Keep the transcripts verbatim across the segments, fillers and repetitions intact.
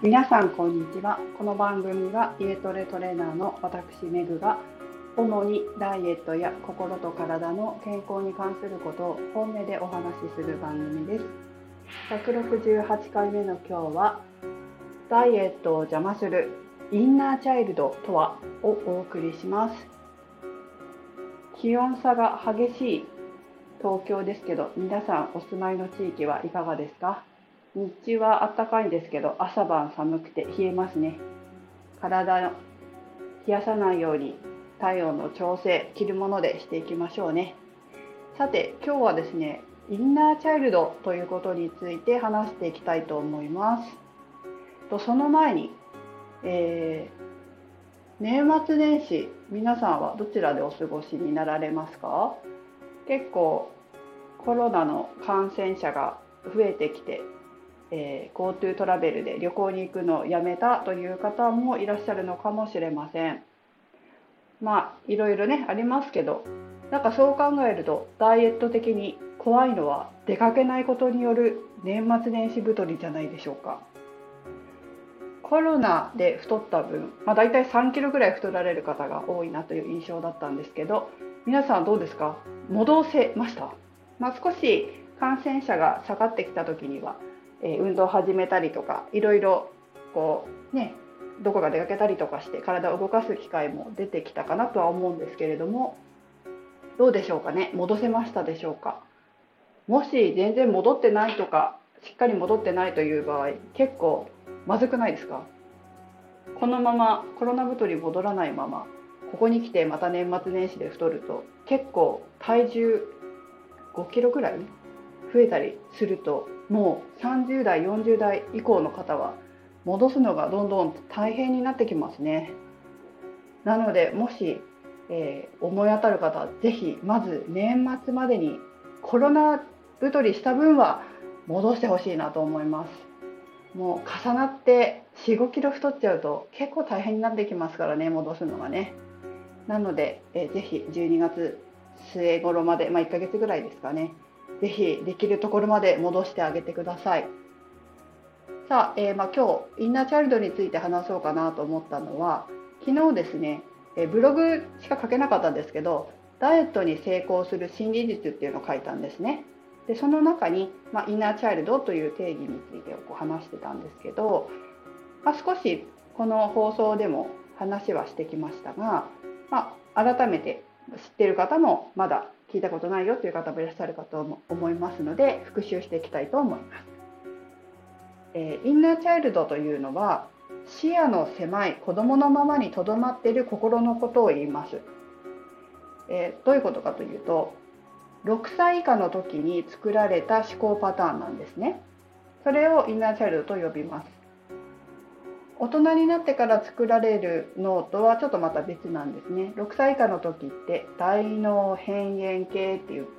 皆さんこんにちは。この番組は家トレトレーナーの私メグが主にダイエットや心と体の健康に関することを本音でお話しする番組です。ひゃくろくじゅうはちかいめの今日はダイエットを邪魔するインナーチャイルドとはをお送りします。気温差が激しい東京ですけど、皆さんお住まいの地域はいかがですか？日中は暖かいんですけど、朝晩寒くて冷えますね。体を冷やさないように体温の調整、着るものでしていきましょうね。さて、今日はですね、インナーチャイルドということについて話していきたいと思います。とその前に、えー、年末年始、皆さんはどちらでお過ごしになられますか？結構コロナの感染者が増えてきて、えー、GoTo トラベルで旅行に行くのをやめたという方もいらっしゃるのかもしれません。まあいろいろねありますけど、なんかそう考えるとダイエット的に怖いのは出かけないことによる年末年始太りじゃないでしょうか。コロナで太った分、まあ、大体さんキロぐらい太られる方が多いなという印象だったんですけど、皆さんどうですか？戻せました？まあ、少し感染者が下がってきた時には、えー、運動を始めたりとか、いろいろこうね、どこか出かけたりとかして体を動かす機会も出てきたかなとは思うんですけれども、どうでしょうかね？戻せましたでしょうか？もし全然戻ってないとか、しっかり戻ってないという場合、結構まずくないですか？このままコロナ太り戻らないまま、ここに来てまた年末年始で太ると、結構体重ごキロぐらい増えたりすると、もうさんじゅうだいよんじゅうだい以降の方は戻すのがどんどん大変になってきますね。なのでもし、えー、思い当たる方はぜひまず年末までにコロナ太りした分は戻してほしいなと思います。もう重なってよん、ごキロ太っちゃうと結構大変になってきますからね、戻すのがね。なので、えー、ぜひじゅうにがつ末頃まで、まあ、いっかげつぐらいですかね、ぜひできるところまで戻してあげてください。さあ、えーまあ、今日インナーチャイルドについて話そうかなと思ったのは、昨日ですね、えー、ブログしか書けなかったんですけど、ダイエットに成功する心理術っていうのを書いたんですね。でその中に、まあ、インナーチャイルドという定義についてこう話してたんですけど、まあ、少しこの放送でも話はしてきましたが、まあ、改めて知っている方もまだ聞いたことないよという方もいらっしゃるかと思いますので、復習していきたいと思います。えー、インナーチャイルドというのは視野の狭い子どものままにとどまっている心のことを言います。えー、どういうことかというと、ろくさい以下の時に作られた思考パターンなんですね。それをインナーチャイルドと呼びます。大人になってから作られる脳とはちょっとまた別なんですね。ろくさい以下の時って大脳辺縁系って言って、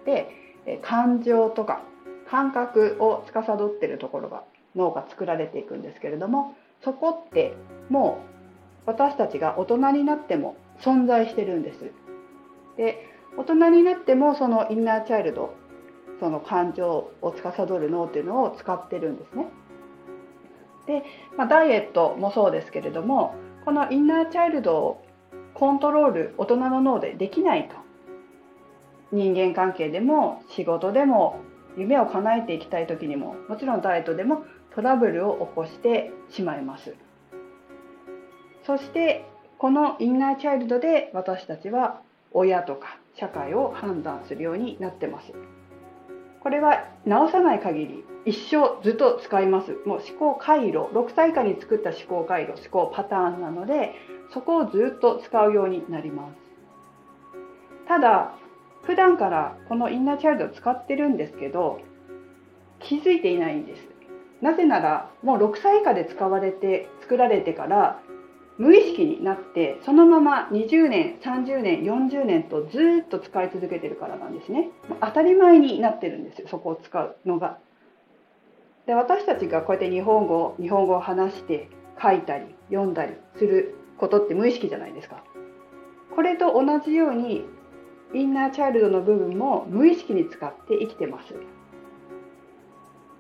感情とか感覚を司っているところが脳が作られていくんですけれども、そこってもう私たちが大人になっても存在してるんです。で、大人になってもそのインナーチャイルド、その感情を司る脳っていうのを使ってるんですね。で、まあ、ダイエットもそうですけれども、このインナーチャイルドをコントロール大人の脳でできないと、人間関係でも仕事でも夢を叶えていきたい時にも、もちろんダイエットでもトラブルを起こしてしまいます。そしてこのインナーチャイルドで私たちは親とか社会を判断するようになってます。これは直さない限り一生ずっと使います。もう思考回路、ろくさい以下に作った思考回路、思考パターンなので、そこをずっと使うようになります。ただ普段からこのインナーチャイルドを使ってるんですけど、気づいていないんです。なぜならもうろくさい以下で使われて作られてから無意識になって、そのままにじゅうねん、さんじゅうねん、よんじゅうねんとずっと使い続けてるからなんですね。当たり前になってるんですよ、そこを使うのが。で、私たちがこうやって日本語日本語を話して書いたり読んだりすることって無意識じゃないですか。これと同じようにインナーチャイルドの部分も無意識に使って生きてます。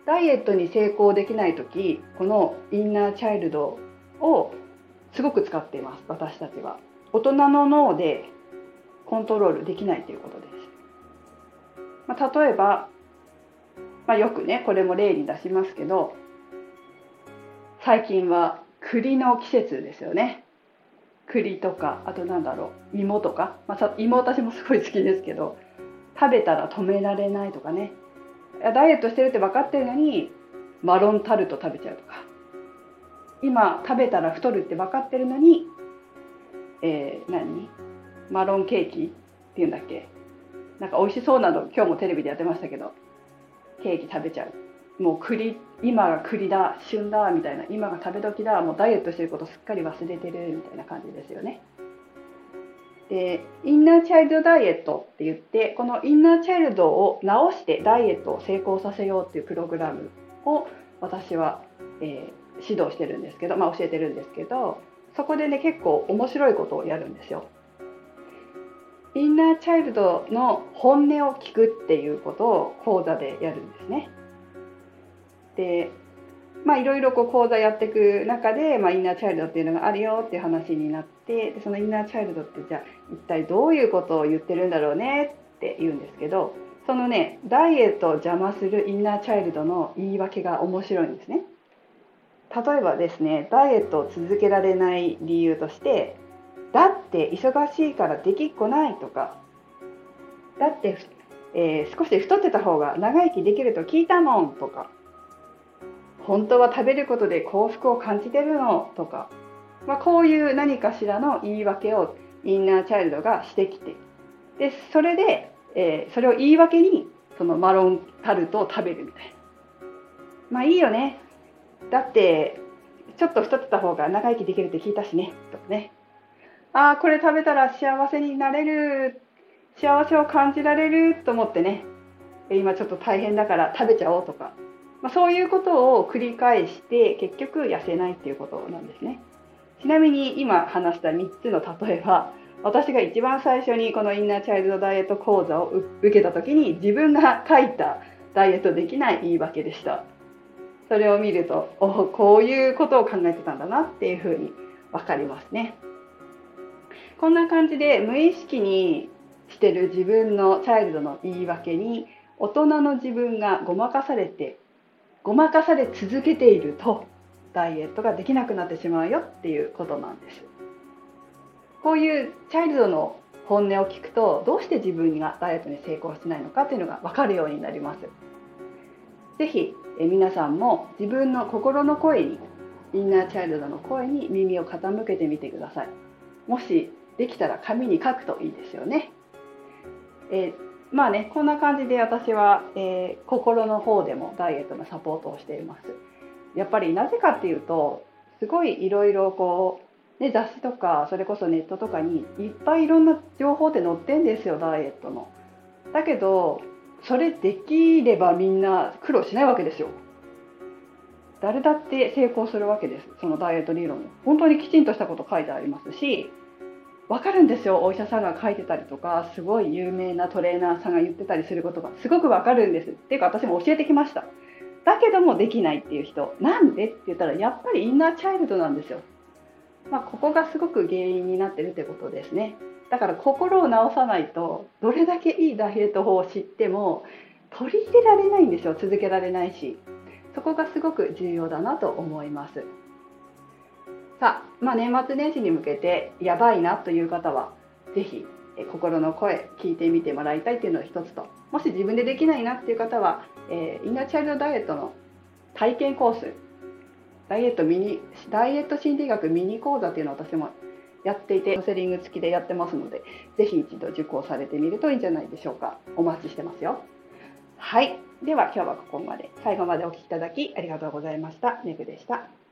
ダイエットに成功できないとき、このインナーチャイルドをすごく使っています。私たちは大人の脳でコントロールできないということです。まあ、例えば、まあ、よくねこれも例に出しますけど、最近は栗の季節ですよね。栗とか、あとなんだろう、芋とか、まあ、芋私もすごい好きですけど、食べたら止められないとかね、ダイエットしてるって分かってるのにマロンタルト食べちゃうとか、今食べたら太るって分かってるのに、えー、何マロンケーキっていうんだっけ、なんか美味しそうなの今日もテレビでやってましたけど、ケーキ食べちゃう。もう栗、今が栗だ、旬だみたいな、今が食べ時だ、もうダイエットしてることすっかり忘れてるみたいな感じですよね。で、インナーチャイルドダイエットって言って、このインナーチャイルドを直してダイエットを成功させようっていうプログラムを私は、えー、指導してるんですけど、まあ、教えてるんですけど、そこでね結構面白いことをやるんですよ。インナーチャイルドの本音を聞くっていうことを講座でやるんですね。で、まあいろいろこう講座やっていく中で、まあ、インナーチャイルドっていうのがあるよっていう話になって、でそのインナーチャイルドってじゃあ一体どういうことを言ってるんだろうねって言うんですけど、そのねダイエットを邪魔するインナーチャイルドの言い訳が面白いんですね。例えばですね、ダイエットを続けられない理由として、だって忙しいからできっこないとか、だって、えー、少し太ってた方が長生きできると聞いたもんとか、本当は食べることで幸福を感じてるのとか、まあ、こういう何かしらの言い訳をインナーチャイルドがしてきて、でそれで、えー、それを言い訳にそのマロンタルトを食べるみたいな。まあいいよね、だってちょっと太ってた方が長生きできるって聞いたしねとかね、ああこれ食べたら幸せになれる、幸せを感じられると思ってね、今ちょっと大変だから食べちゃおうとか、まあ、そういうことを繰り返して結局痩せないっていうことなんですね。ちなみに今話したみっつの例えは、私が一番最初にこのインナーチャイルドダイエット講座を受けた時に自分が書いたダイエットできない言い訳でした。それを見ると、おこういうことを考えてたんだなっていうふうに分かりますね。こんな感じで無意識にしてる自分のチャイルドの言い訳に大人の自分がごまかされてごまかされ続けているとダイエットができなくなってしまうよっていうことなんです。こういうチャイルドの本音を聞くと、どうして自分がダイエットに成功しないのかっていうのが分かるようになります。ぜひえ皆さんも自分の心の声に、インナーチャイルドの声に耳を傾けてみてください。もしできたら紙に書くといいですよね。えーまあね、こんな感じで私は、えー、心の方でもダイエットのサポートをしています。やっぱりなぜかっていうと、すごいいろいろこう、ね、雑誌とかそれこそネットとかにいっぱいいろんな情報って載ってんですよ、ダイエットの。だけどそれできればみんな苦労しないわけですよ。誰だって成功するわけです。そのダイエット理論も本当にきちんとしたこと書いてありますし、分かるんですよ。お医者さんが書いてたりとか、すごい有名なトレーナーさんが言ってたりすることがすごく分かるんです。っていうか私も教えてきました。だけどもできないっていう人、なんでって言ったら、やっぱりインナーチャイルドなんですよ。まあ、ここがすごく原因になってるってことですね。だから心を治さないと、どれだけいいダイエット法を知っても取り入れられないんですよ。続けられないし、そこがすごく重要だなと思います。さあ、まあ、年末年始に向けてやばいなという方は、ぜひ心の声聞いてみてもらいたいというのが一つと、もし自分でできないなっていう方は、えー、インナーチャイルドダイエットの体験コース、ダイエットミニダイエット心理学ミニ講座っていうのを私もやっていて、カウンセリング付きでやってますので、ぜひ一度受講されてみるといいんじゃないでしょうか。お待ちしてますよ。はい、では今日はここまで。最後までお聞きいただきありがとうございました。めぐでした。